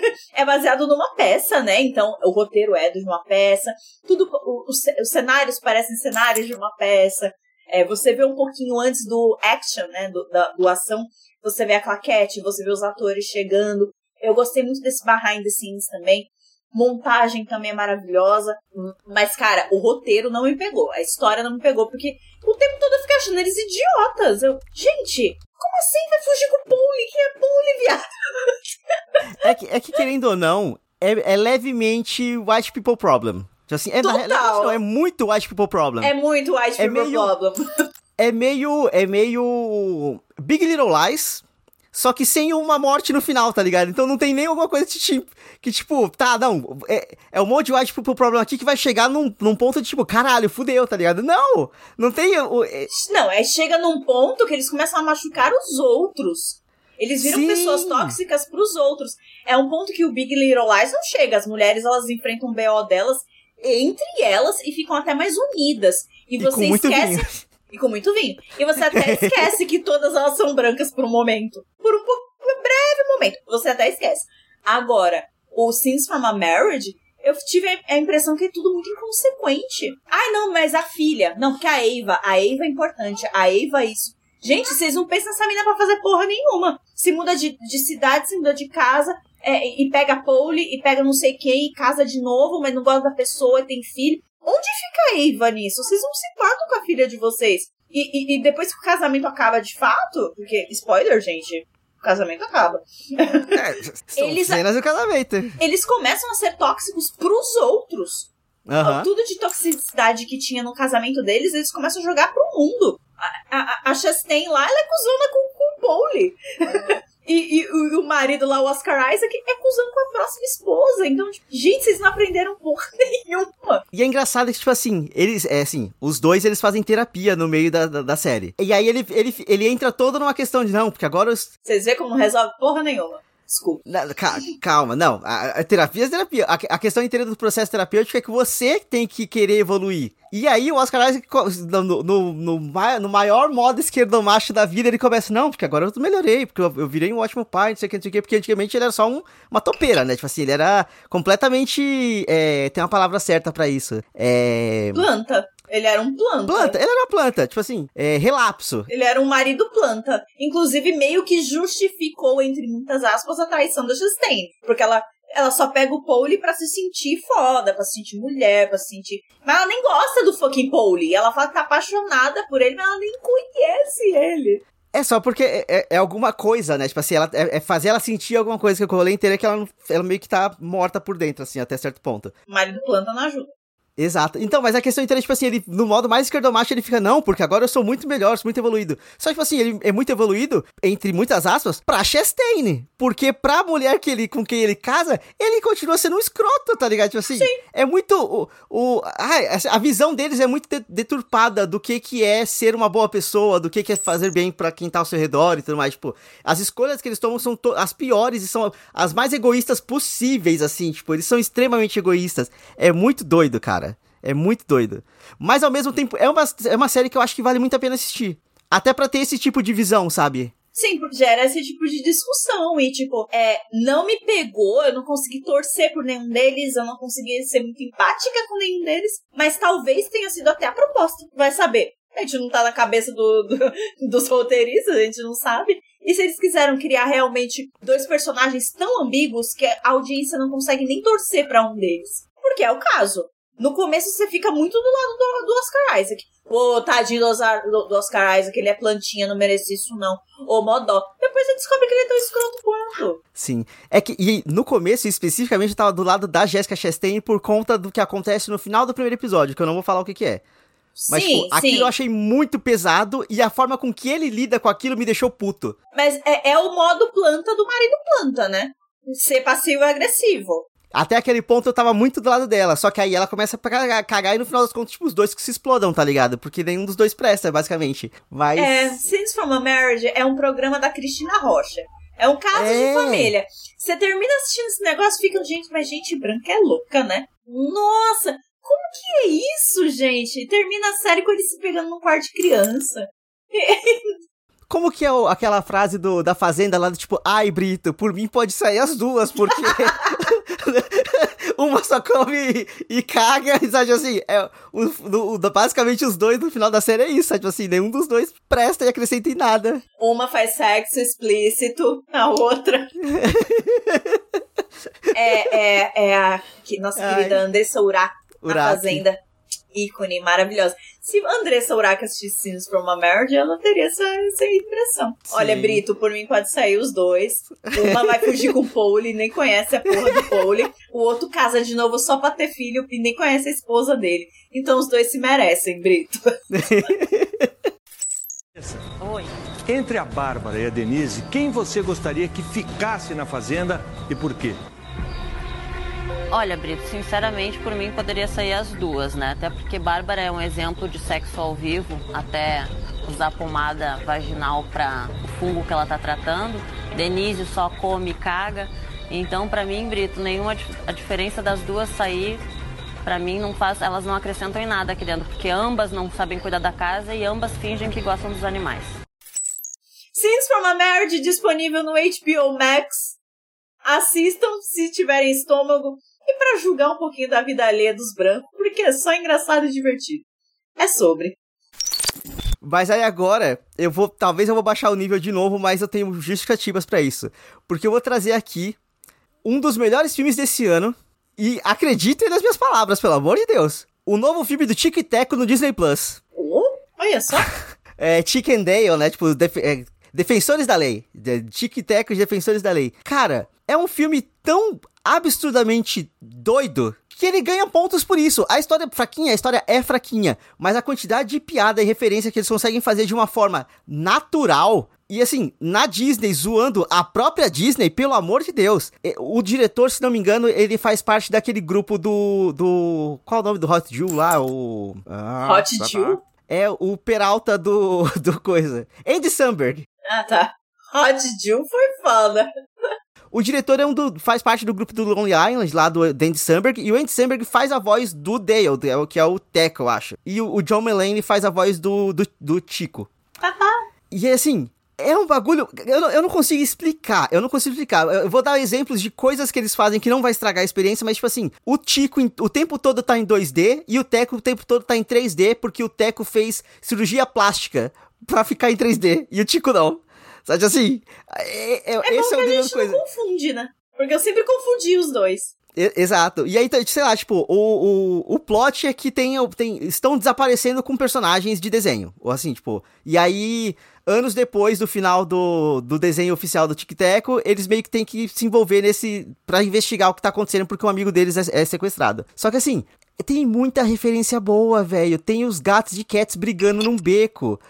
É baseado numa peça, né? Então, o roteiro é de uma peça. Tudo, o, os, os cenários parecem cenários de uma peça. É, você vê um pouquinho antes do action, né, do, da, do ação, você vê a claquete, você vê os atores chegando. Eu gostei muito desse behind the scenes também. Montagem também é maravilhosa. Mas, cara, o roteiro não me pegou. A história não me pegou, porque o tempo todo eu fiquei achando eles idiotas. Eu, gente, como assim vai fugir com o Pauli? Quem é Pauli, viado? É que, é que, querendo ou não, é, é levemente white people problem. Assim, é, na, não, é muito white people problem. É muito white people é meio, problem. É meio, é meio Big Little Lies, só que sem uma morte no final, tá ligado? Então não tem nem alguma coisa que, tipo, que, tipo tá, não, é, é um monte de white people problema aqui que vai chegar num, num ponto de, tipo, caralho, fudeu, tá ligado? Não, não tem... O, é... Não, é chega num ponto que eles começam a machucar os outros. Eles viram Sim. pessoas tóxicas pros outros. É um ponto que o Big Little Lies não chega. As mulheres, elas enfrentam o B O delas entre elas e ficam até mais unidas. E, e você esquece... Vinho. E com muito vinho. E você até esquece que todas elas são brancas por um momento. Por um, por um breve momento. Você até esquece. Agora, o Scenes from a Marriage, eu tive a impressão que é tudo muito inconsequente. Ai, não, mas a filha. Não, porque a Ava. A Ava é importante. A Ava é isso. Gente, vocês não pensam nessa mina pra fazer porra nenhuma. Se muda de, de cidade, se muda de casa, é, e pega a Polly, e pega não sei quem, e casa de novo, mas não gosta da pessoa, e tem filho. Onde fica a Ava nisso? Vocês não se importam com a filha de vocês. E, e, e depois que o casamento acaba de fato, porque, spoiler, gente, o casamento acaba. É, são eles, cenas do casamento. Eles começam a ser tóxicos pros outros. Uhum. Tudo de toxicidade que tinha no casamento deles, eles começam a jogar pro mundo. A, a, a Chastain lá, ela é cuzona com, com o Paulie. E, e o, o marido lá, o Oscar Isaac, é cuzão com a próxima esposa. Então, tipo, gente, vocês não aprenderam porra nenhuma. E é engraçado que, tipo assim, eles, é assim, os dois, eles fazem terapia no meio da, da, da série. E aí ele, ele, ele entra todo numa questão de, não, porque agora os... Vocês veem como não resolve porra nenhuma. Desculpa. Não, calma, não. A, a terapia é terapia. A, a questão inteira do processo terapêutico é que você tem que querer evoluir. E aí o Oscar Isaac, no, no, no, no maior modo esquerdomacho da vida, ele começa, não, porque agora eu melhorei, porque eu, eu virei um ótimo pai, não sei o que, não sei o que, porque antigamente ele era só um, uma topeira, né? Tipo assim, ele era completamente... É, tem uma palavra certa pra isso. É... Planta. Ele era um planta. Planta, ele era uma planta, tipo assim, é, relapso. Ele era um marido planta. Inclusive, meio que justificou, entre muitas aspas, a traição da Chastain. Porque ela, ela só pega o Paulie pra se sentir foda, pra se sentir mulher, pra se sentir... Mas ela nem gosta do fucking Paulie. Ela fala que tá apaixonada por ele, mas ela nem conhece ele. É só porque é, é, é alguma coisa, né? Tipo assim, ela, é, é fazer ela sentir alguma coisa que eu rolei inteira que ela, não, ela meio que tá morta por dentro, assim, até certo ponto. O marido planta não ajuda. Exato. Então, mas a questão inteira, tipo assim, ele, no modo mais esquerdomacho, ele fica, não, porque agora eu sou muito melhor, sou muito evoluído. Só que, tipo assim, ele é muito evoluído, entre muitas aspas, pra Chastain. Porque pra mulher que ele, com quem ele casa, ele continua sendo um escroto, tá ligado? Tipo assim, Sim. é muito... O, o, a, a visão deles é muito deturpada do que que é ser uma boa pessoa, do que que é fazer bem pra quem tá ao seu redor e tudo mais. Tipo, as escolhas que eles tomam são to- as piores e são as mais egoístas possíveis, assim. Tipo, eles são extremamente egoístas. É muito doido, cara. É muito doido. Mas, ao mesmo tempo, é uma, é uma série que eu acho que vale muito a pena assistir. Até pra ter esse tipo de visão, sabe? Sim, porque gera esse tipo de discussão. E, tipo, é, não me pegou, eu não consegui torcer por nenhum deles, eu não consegui ser muito empática com nenhum deles. Mas talvez tenha sido até a proposta. Vai saber. A gente não tá na cabeça do, do, dos roteiristas, a gente não sabe. E se eles quiseram criar realmente dois personagens tão ambíguos que a audiência não consegue nem torcer pra um deles? Porque é o caso. No começo você fica muito do lado do, do Oscar Isaac. Ô, oh, tadinho do Oscar, do, do Oscar Isaac, ele é plantinha, não merece isso não. Ô, oh, mó dó. Depois você descobre que ele é tão escroto quanto. Sim. É que e no começo, especificamente, eu tava do lado da Jessica Chastain por conta do que acontece no final do primeiro episódio, que eu não vou falar o que que é. Mas, sim, tipo, aquilo sim. eu achei muito pesado e a forma com que ele lida com aquilo me deixou puto. Mas é, é o modo planta do marido planta, né? Ser passivo e agressivo. Até aquele ponto eu tava muito do lado dela, só que aí ela começa a cagar, cagar e no final das contas, tipo, os dois que se explodam, tá ligado? Porque nenhum dos dois presta, basicamente. Mas... É, Scenes from a Marriage é um programa da Cristina Rocha. É um caso é. de família. Você termina assistindo esse negócio e fica, gente, mas gente branca é louca, né? Nossa, como que é isso, gente? Termina a série com ele se pegando num quarto de criança. Como que é o, aquela frase do, da Fazenda lá do tipo, ai, Brito, por mim pode sair as duas, porque uma só come e, e caga, sabe assim, é, o, o, basicamente os dois no final da série é isso, sabe assim, nenhum dos dois presta e acrescenta em nada. Uma faz sexo explícito, a outra... é, é, é a que nossa ai. querida Andressa Urach, na Fazenda, ícone, maravilhosa. Se a Andressa Urach assistisse Scenes from a Marriage, ela teria essa, essa impressão. Sim. Olha, Brito, por mim pode sair os dois. Uma vai fugir com o Paulie, nem conhece a porra do Paulie. O outro casa de novo só pra ter filho e nem conhece a esposa dele. Então os dois se merecem, Brito. Oi. Entre a Bárbara e a Denise, quem você gostaria que ficasse na Fazenda e por quê? Olha, Brito, sinceramente, por mim poderia sair as duas, né? Até porque Bárbara é um exemplo de sexo ao vivo, até usar pomada vaginal para o fungo que ela tá tratando. Denise só come e caga. Então, pra mim, Brito, nenhuma a diferença das duas sair, pra mim, não faz, elas não acrescentam em nada aqui dentro, porque ambas não sabem cuidar da casa e ambas fingem que gostam dos animais. Scenes from a Marriage disponível no H B O Max. Assistam se tiverem estômago. E pra julgar um pouquinho da vida alheia dos brancos, porque é só engraçado e divertido. É sobre. Mas aí agora, eu vou, talvez eu vou baixar o nível de novo, mas eu tenho justificativas pra isso. Porque eu vou trazer aqui um dos melhores filmes desse ano, e acreditem nas minhas palavras, pelo amor de Deus. O novo filme do Tic e Teco no Disney Plus. Oh, olha só. É Chick and Dale, né, tipo, def é, Defensores da Lei. Tic e Teco de Defensores da Lei. Cara, é um filme tão absurdamente doido que ele ganha pontos por isso. A história é fraquinha, a história é fraquinha, mas a quantidade de piada e referência que eles conseguem fazer de uma forma natural, e assim, na Disney, zoando a própria Disney, pelo amor de Deus. O diretor, se não me engano, ele faz parte daquele grupo do... do qual é o nome do Hot Jew lá? O... Ah, Hot Jew? É, o Peralta do... do coisa. Andy Samberg. Ah, tá. Hot Jew foi foda. O diretor é um do, faz parte do grupo do Lonely Island, lá do Andy Samberg, e o Andy Samberg faz a voz do Dale, que é o Teco, eu acho. E o, o John Mulaney faz a voz do, do, do Chico. Uhum. E assim, é um bagulho... Eu não, eu não consigo explicar, eu não consigo explicar. Eu vou dar exemplos de coisas que eles fazem que não vai estragar a experiência, mas tipo assim, o Chico o tempo todo tá em dois D, e o Teco o tempo todo tá em três D, porque o Teco fez cirurgia plástica pra ficar em três D, e o Chico não. Sabe assim? É, é, é esse bom é o que a gente coisa. não confunde, né? Porque eu sempre confundi os dois. E, exato. E aí, sei lá, tipo, o, o, o plot é que tem, tem, estão desaparecendo com personagens de desenho. Ou assim, tipo... E aí, anos depois do final do, do desenho oficial do Tic Teco, eles meio que têm que se envolver nesse... pra investigar o que tá acontecendo, porque um amigo deles é, é sequestrado. Só que assim... Tem muita referência boa, velho. Tem os gatos de Cats brigando num beco.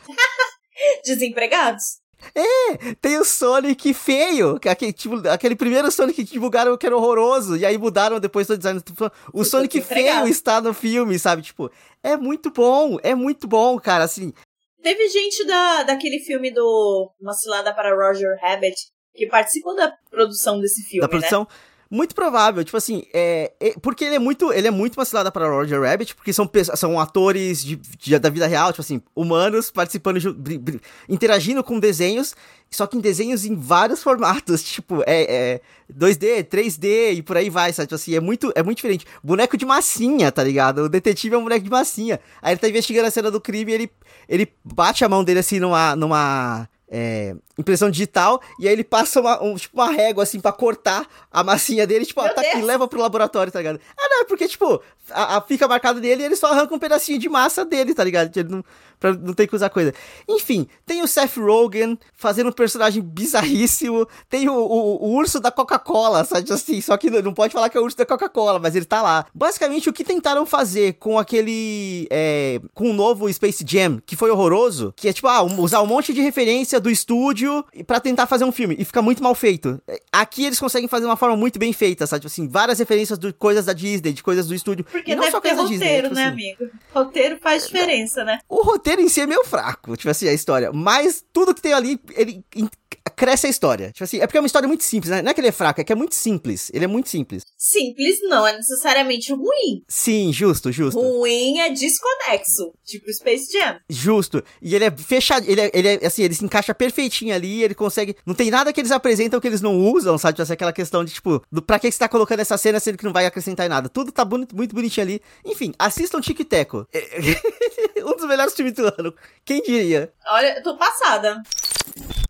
Desempregados? É, tem o Sonic feio, que aquele, tipo, aquele primeiro Sonic que divulgaram que era horroroso, e aí mudaram depois do design. O Sonic feio está no filme, sabe? Tipo, é muito bom, é muito bom, cara, assim. Teve gente da, daquele filme do Uma Cilada para Roger Rabbit que participou da produção desse filme, da produção? Né? Muito provável, tipo assim, é, é, porque ele é muito, ele é muito uma cilada para Roger Rabbit, porque são, são atores de, de, da vida real, tipo assim, humanos participando, br, br, interagindo com desenhos, só que em desenhos em vários formatos, tipo, é, é dois D, três D e por aí vai, sabe, tipo assim, é muito, é muito diferente. Boneco de massinha, tá ligado? O detetive é um boneco de massinha, aí ele tá investigando a cena do crime e ele, ele bate a mão dele assim numa... numa É, impressão digital, e aí ele passa uma, um, tipo, uma régua, assim, pra cortar a massinha dele, tipo, ó, tá aqui, leva pro laboratório, tá ligado? Ah, não, é porque, tipo, a, a fica marcado nele e ele só arranca um pedacinho de massa dele, tá ligado? Ele não, pra não ter que usar coisa. Enfim, tem o Seth Rogen fazendo um personagem bizarríssimo, tem o, o, o urso da Coca-Cola, sabe, assim, só que não pode falar que é o urso da Coca-Cola, mas ele tá lá. Basicamente, o que tentaram fazer com aquele, é, com o novo Space Jam, que foi horroroso, que é, tipo, ah, usar um monte de referência do estúdio pra tentar fazer um filme, e fica muito mal feito. Aqui eles conseguem fazer de uma forma muito bem feita, sabe? Tipo assim, várias referências de coisas da Disney, de coisas do estúdio. Porque e não deve só ter coisas roteiro, da Disney, tipo né, assim, amigo? Roteiro faz diferença, né? O roteiro em si é meio fraco, tipo assim, a história. Mas tudo que tem ali, ele cresce a história. Tipo assim, é porque é uma história muito simples, né? Não é que ele é fraco, é que é muito simples. Ele é muito simples. Simples não é necessariamente ruim. Sim, justo, justo. Ruim é desconexo, tipo Space Jam. Justo. E ele é fechado, ele é, ele é assim, ele se encaixa perfeitinho ali, ele consegue... Não tem nada que eles apresentam que eles não usam, sabe? Tipo assim, aquela questão de, tipo, do, pra que você tá colocando essa cena sendo que não vai acrescentar em nada? Tudo tá bonito, muito bonitinho ali. Enfim, assistam Tic Teco. Um dos melhores filmes do ano. Quem diria? Olha, eu tô passada.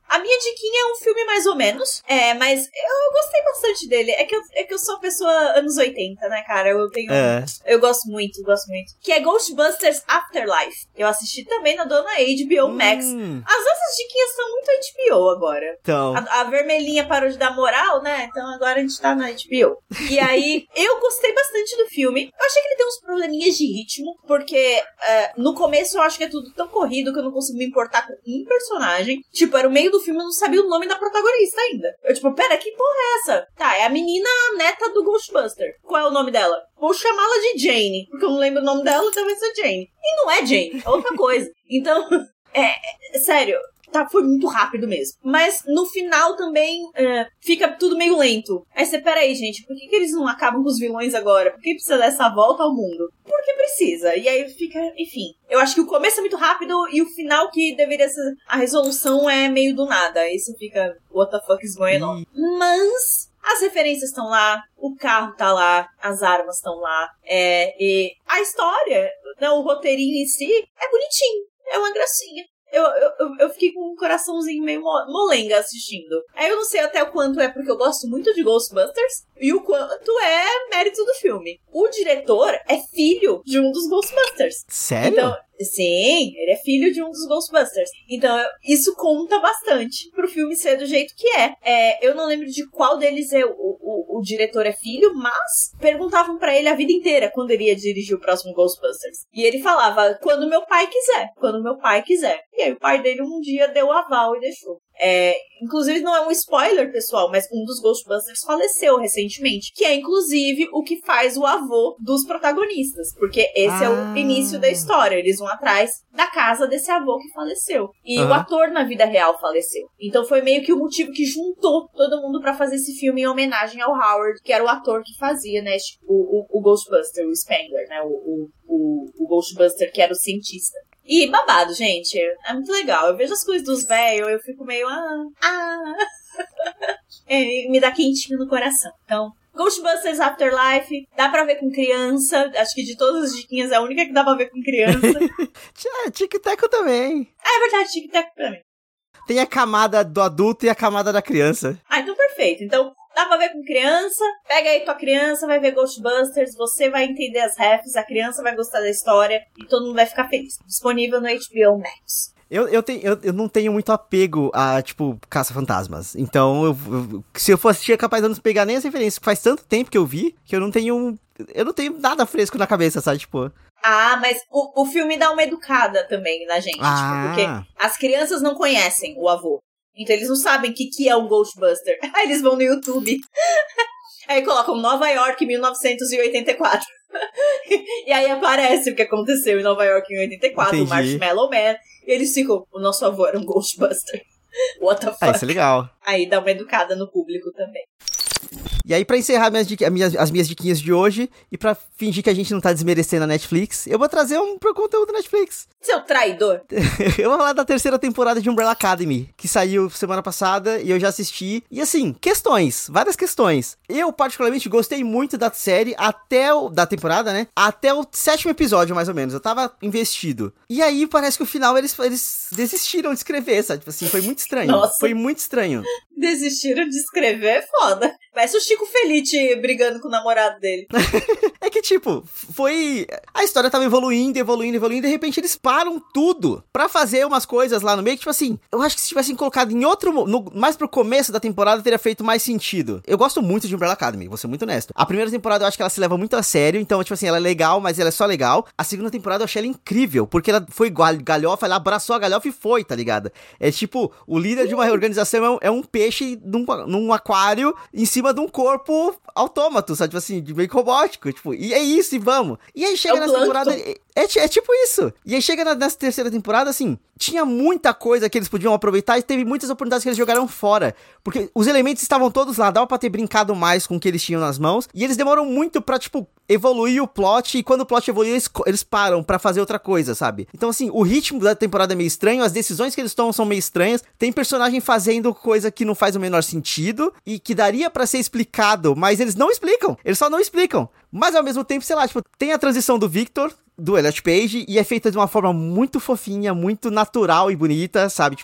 A minha diquinha é um filme mais ou menos, é, mas eu gostei bastante dele. É que eu, é que eu sou uma pessoa anos oitenta, né, cara? Eu tenho... É. Eu gosto muito, gosto muito. Que é Ghostbusters Afterlife. Eu assisti também na dona H B O Max. Hum. As nossas diquinhas são muito H B O agora. Então... A, a vermelhinha parou de dar moral, né? Então agora a gente tá na H B O. E aí, eu gostei bastante do filme. Eu achei que ele tem uns probleminhas de ritmo, porque uh, no começo eu acho que é tudo tão corrido que eu não consigo me importar com um personagem. Tipo, era o meio do filme, eu não sabia o nome da protagonista ainda. Eu, tipo, pera, que porra é essa? Tá, é a menina neta do Ghostbuster. Qual é o nome dela? Vou chamá-la de Jane, porque eu não lembro o nome dela, então vai ser Jane. E não é Jane, é outra coisa. Então, é, é sério, tá, foi muito rápido mesmo. Mas no final também é, fica tudo meio lento. Aí você, peraí, gente, por que, que eles não acabam com os vilões agora? Por que precisa dessa volta ao mundo? Porque precisa. E aí fica, enfim. Eu acho que o começo é muito rápido e o final, que deveria ser a resolução, é meio do nada. Aí você fica, what the fuck is going on? Mas... as referências estão lá, o carro tá lá, as armas estão lá, é, e a história, né, o roteirinho em si, é bonitinho, é uma gracinha. Eu, eu, eu fiquei com um coraçãozinho meio molenga assistindo. Aí eu não sei até o quanto é porque eu gosto muito de Ghostbusters e o quanto é mérito do filme. O diretor é filho de um dos Ghostbusters. Sério? Então, sim, ele é filho de um dos Ghostbusters. Então, isso conta bastante pro filme ser do jeito que é. é eu não lembro de qual deles é o, o, o diretor é filho, mas perguntavam pra ele a vida inteira quando ele ia dirigir o próximo Ghostbusters. E ele falava, quando meu pai quiser, quando meu pai quiser. E aí o pai dele um dia deu o aval e deixou. É, inclusive, não é um spoiler, pessoal, mas um dos Ghostbusters faleceu recentemente, que é, inclusive, o que faz o avô dos protagonistas, porque esse ah. é o início da história. Eles vão atrás da casa desse avô que faleceu. E uhum. o ator, na vida real, faleceu. Então, foi meio que o motivo que juntou todo mundo pra fazer esse filme em homenagem ao Howard, que era o ator que fazia, né, o, o, o Ghostbuster, o Spengler, né, o, o, o, o Ghostbuster que era o cientista. E babado, gente. É muito legal. Eu vejo as coisas dos velhos, eu fico meio... Ah, ah. É, me dá quentinho no coração. Então, Ghostbusters Afterlife, dá pra ver com criança. Acho que de todas as diquinhas é a única que dá pra ver com criança. Tic-tac também. Ah, é verdade, tic-tac também. Tem a camada do adulto e a camada da criança. Ah, então perfeito. Então, dá pra ver com criança. Pega aí tua criança, vai ver Ghostbusters. Você vai entender as refs, a criança vai gostar da história e todo mundo vai ficar feliz. Disponível no H B O Max. Eu, eu, tenho, eu, eu não tenho muito apego a, tipo, Caça-Fantasmas. Então, eu, eu, se eu for assistir, é capaz de não pegar nem as referências. Faz tanto tempo que eu vi que eu não tenho... Eu não tenho nada fresco na cabeça, sabe? Tipo... Ah, mas o, o filme dá uma educada também na gente. Ah. Tipo, porque as crianças não conhecem o avô. Então eles não sabem o que, que é um Ghostbuster. Aí eles vão no YouTube. Aí colocam Nova York, mil novecentos e oitenta e quatro. E aí aparece o que aconteceu em Nova York em oitenta e quatro. Entendi. O Marshmallow Man. E eles ficam, o nosso avô era um Ghostbuster. What the fuck? Ah, isso é legal. Aí dá uma educada no público também. E aí, pra encerrar minhas, as, minhas, as minhas diquinhas de hoje, e pra fingir que a gente não tá desmerecendo a Netflix, eu vou trazer um pro conteúdo Netflix. Seu traidor! Eu vou falar da terceira temporada de Umbrella Academy, que saiu semana passada, e eu já assisti. E assim, questões, várias questões. Eu, particularmente, gostei muito da série, até o... da temporada, né? Até o sétimo episódio, mais ou menos. Eu tava investido. E aí, parece que o final, eles, eles desistiram de escrever, sabe? Tipo assim, foi muito estranho. Nossa. Foi muito estranho. Desistiram de escrever é foda. Parece o Chico Felice brigando com o namorado dele. É que, tipo, foi... A história tava evoluindo, evoluindo, evoluindo, e de repente eles param tudo pra fazer umas coisas lá no meio que, tipo assim, eu acho que se tivessem colocado em outro... No, mais pro começo da temporada, teria feito mais sentido. Eu gosto muito de Umbrella Academy, vou ser muito honesto. A primeira temporada eu acho que ela se leva muito a sério, então, tipo assim, ela é legal, mas ela é só legal. A segunda temporada eu achei ela incrível, porque ela foi galhofa, ela abraçou a galhofa e foi, tá ligado? É tipo, o líder de uma organização é um, é um peixe num, num aquário em cima de um corpo autômato, sabe? Tipo assim, meio robótico, tipo, e é isso, e vamos. E aí chega é nessa temporada, é, é, é tipo isso. E aí chega na, nessa terceira temporada, assim, tinha muita coisa que eles podiam aproveitar e teve muitas oportunidades que eles jogaram fora. Porque os elementos estavam todos lá, dava pra ter brincado mais com o que eles tinham nas mãos. E eles demoram muito pra, tipo, evoluir o plot. E quando o plot evolui, eles, eles param pra fazer outra coisa, sabe? Então, assim, o ritmo da temporada é meio estranho. As decisões que eles tomam são meio estranhas. Tem personagem fazendo coisa que não faz o menor sentido. E que daria pra ser explicado, mas eles não explicam. Eles só não explicam. Mas, ao mesmo tempo, sei lá, tipo, tem a transição do Victor... do Elliot Page, e é feita de uma forma muito fofinha, muito natural e bonita, sabe? Tipo,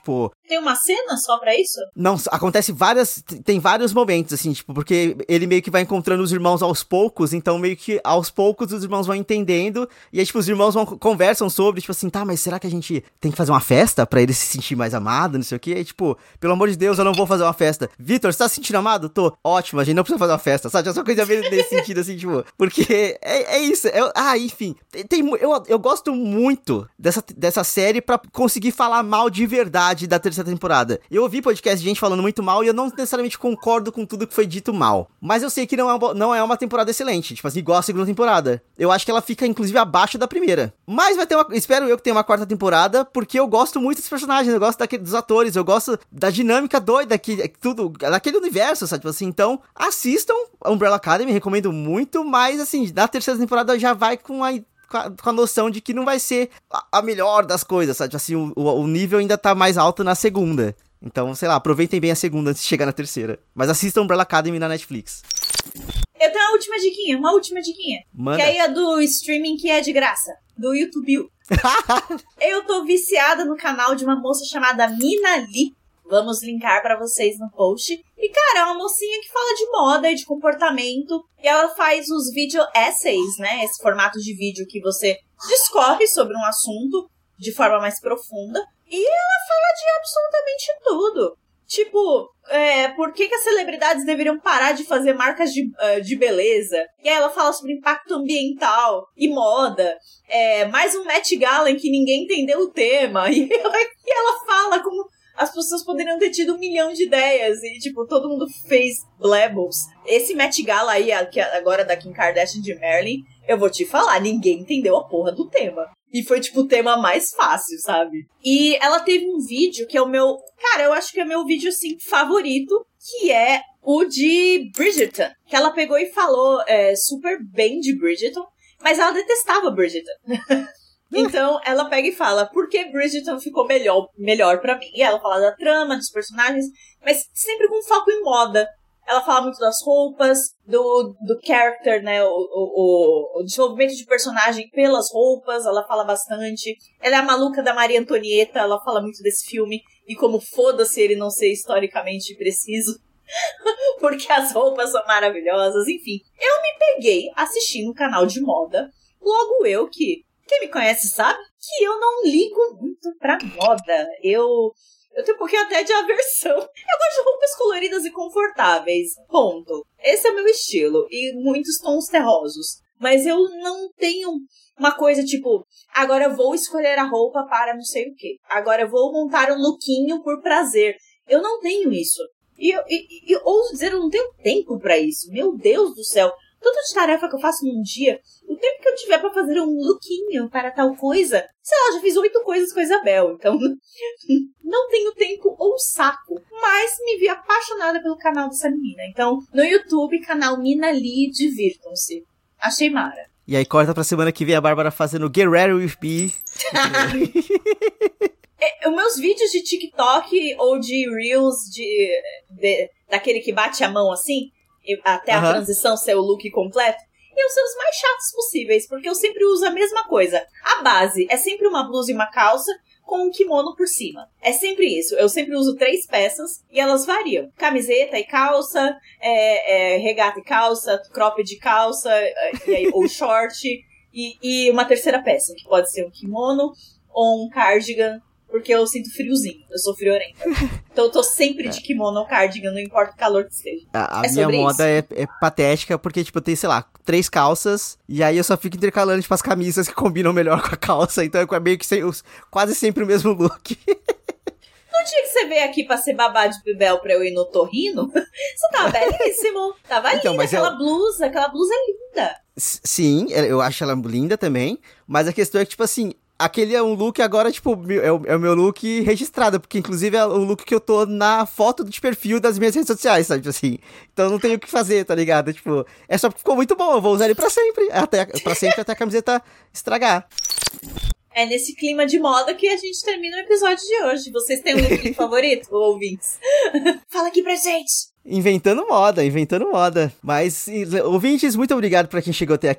Tem uma cena só pra isso? Não, acontece várias... Tem vários momentos, assim, tipo, porque ele meio que vai encontrando os irmãos aos poucos, então meio que aos poucos os irmãos vão entendendo, e aí, tipo, os irmãos vão, conversam sobre, tipo assim, tá, mas será que a gente tem que fazer uma festa pra ele se sentir mais amado, não sei o quê? E aí, tipo, pelo amor de Deus, eu não vou fazer uma festa. Vitor, você tá se sentindo amado? Tô. Ótimo, a gente não precisa fazer uma festa, sabe? É só coisa meio nesse sentido, assim, tipo, porque é, é isso. É, ah, enfim, tem, tem, eu, eu gosto muito dessa, dessa série pra conseguir falar mal de verdade da terceira temporada. Eu ouvi podcast de gente falando muito mal e eu não necessariamente concordo com tudo que foi dito mal. Mas eu sei que não é uma, não é uma temporada excelente, tipo assim, igual a segunda temporada. Eu acho que ela fica, inclusive, abaixo da primeira. Mas vai ter uma... Espero eu que tenha uma quarta temporada, porque eu gosto muito dos personagens, eu gosto daquele, dos atores, eu gosto da dinâmica doida, que, tudo, daquele universo, sabe? Tipo assim, então, assistam Umbrella Academy, recomendo muito, mas, assim, na terceira temporada já vai com a... Com a, com a noção de que não vai ser a, a melhor das coisas, sabe? Assim, o, o nível ainda tá mais alto na segunda. Então, sei lá, aproveitem bem a segunda antes de chegar na terceira. Mas assistam Umbrella Academy na Netflix. Eu tenho uma última diquinha, uma última diquinha. Manda. Que aí é do streaming que é de graça. Do YouTube. Eu tô viciada no canal de uma moça chamada Mina Lee. Vamos linkar pra vocês no post. E, cara, é uma mocinha que fala de moda e de comportamento. E ela faz os video essays, né? Esse formato de vídeo que você discorre sobre um assunto de forma mais profunda. E ela fala de absolutamente tudo. Tipo, é, por que, que as celebridades deveriam parar de fazer marcas de, uh, de beleza? E aí ela fala sobre impacto ambiental e moda. É, mais um Met Gala em que ninguém entendeu o tema. E ela, e ela fala como... as pessoas poderiam ter tido um milhão de ideias e, tipo, todo mundo fez blabbles. Esse Met Gala aí, que agora da Kim Kardashian de Marilyn, eu vou te falar, ninguém entendeu a porra do tema. E foi, tipo, o tema mais fácil, sabe? E ela teve um vídeo que é o meu... Cara, eu acho que é o meu vídeo, assim, favorito, que é o de Bridgerton. Que ela pegou e falou é, super bem de Bridgerton, mas ela detestava Bridgerton. Então, ela pega e fala, por que Bridgerton ficou melhor, melhor pra mim? E ela fala da trama, dos personagens, mas sempre com foco em moda. Ela fala muito das roupas, do, do character, né, o, o, o desenvolvimento de personagem pelas roupas, ela fala bastante. Ela é a maluca da Maria Antonieta, ela fala muito desse filme, e como foda-se ele não ser historicamente preciso, porque as roupas são maravilhosas, enfim. Eu me peguei assistindo um canal de moda, logo eu que... Quem me conhece sabe que eu não ligo muito pra moda. Eu, eu tenho um pouquinho até de aversão. Eu gosto de roupas coloridas e confortáveis. Ponto. Esse é o meu estilo. E muitos tons terrosos. Mas eu não tenho uma coisa tipo... Agora eu vou escolher a roupa para não sei o quê. Agora eu vou montar um lookinho por prazer. Eu não tenho isso. E eu, e, e, ouso dizer, eu não tenho tempo pra isso. Meu Deus do céu. Tanta de tarefa que eu faço num dia, o tempo que eu tiver pra fazer um lookinho para tal coisa, sei lá, já fiz oito coisas com a Isabel, então não tenho tempo ou saco, mas me vi apaixonada pelo canal dessa menina. Então, no YouTube, canal Mina Lee, divirtam-se. Achei mara. E aí corta pra semana que vem a Bárbara fazendo Get Ready With Me. é, os meus vídeos de TikTok ou de Reels, de, de, daquele que bate a mão assim, até uhum. a transição ser o look completo, iam ser os mais chatos possíveis, porque eu sempre uso a mesma coisa. A base é sempre uma blusa e uma calça com um kimono por cima. É sempre isso. Eu sempre uso três peças e elas variam. Camiseta e calça, é, é, regata e calça, cropped de calça, e aí, ou short, e, e uma terceira peça, que pode ser um kimono ou um cardigan, porque eu sinto friozinho, eu sou friorenta. Então eu tô sempre de kimono ou cardigan, não importa o calor que esteja. A, a é minha moda é, é patética, porque, tipo, eu tenho, sei lá, três calças, e aí eu só fico intercalando, tipo, as camisas que combinam melhor com a calça, então é meio que sem, quase sempre o mesmo look. No dia que você veio aqui pra ser babá de Bibel pra eu ir no Torrino, você tava belíssimo. Tava então, linda aquela eu... blusa, aquela blusa é linda. S- sim, eu acho ela linda também, mas a questão é que, tipo assim, aquele é um look agora, tipo, é o, é o meu look registrado, porque inclusive é o look que eu tô na foto de perfil das minhas redes sociais, sabe, assim. Então não tenho o que fazer, tá ligado? Tipo, é só porque ficou muito bom, eu vou usar ele pra sempre, até, pra sempre até a camiseta estragar. É nesse clima de moda que a gente termina o episódio de hoje. Vocês têm um look favorito, ouvintes? Fala aqui pra gente! Inventando moda, inventando moda. Mas, ouvintes, muito obrigado pra quem chegou até aqui.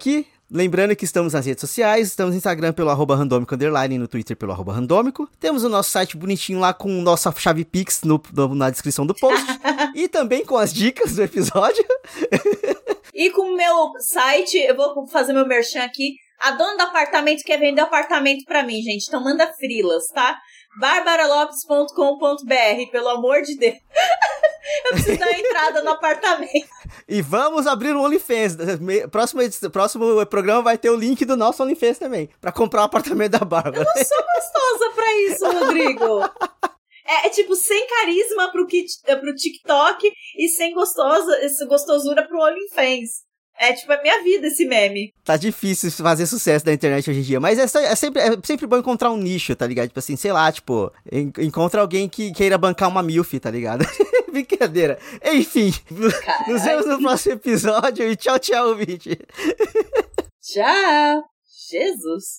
Lembrando que estamos nas redes sociais, estamos no Instagram pelo arroba randômico underline, no Twitter pelo arroba randômico. Temos o nosso site bonitinho lá com nossa chave Pix no, no, na descrição do post. E também com as dicas do episódio. E com o meu site, eu vou fazer meu merchan aqui. A dona do apartamento quer vender apartamento pra mim, gente. Então manda frilas, tá? barbara lopes ponto com ponto b r, pelo amor de Deus. Eu preciso dar entrada no apartamento. E vamos abrir o OnlyFans. Próximo, próximo programa vai ter o link do nosso OnlyFans também, pra comprar o apartamento da Bárbara. Eu não sou gostosa pra isso, Rodrigo. É, é tipo, sem carisma pro, kit, pro TikTok e sem gostosa, gostosura pro OnlyFans. É tipo a minha vida esse meme. Tá difícil fazer sucesso na internet hoje em dia, mas é, é, sempre, é sempre bom encontrar um nicho, tá ligado? Tipo assim, sei lá, tipo, en, encontra alguém que queira bancar uma milf, tá ligado? Brincadeira. Enfim, Carai. Nos vemos no próximo episódio e tchau, tchau, ouvinte. Tchau. Jesus.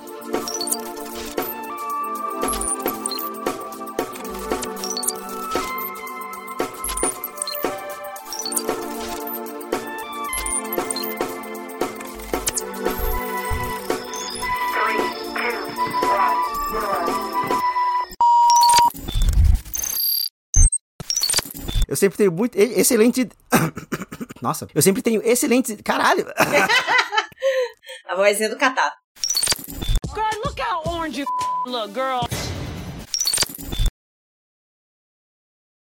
Eu sempre tenho muito... Excelente... Nossa, eu sempre tenho excelente... Caralho! A vozinha do Catar. Girl, look how orange you look, girl.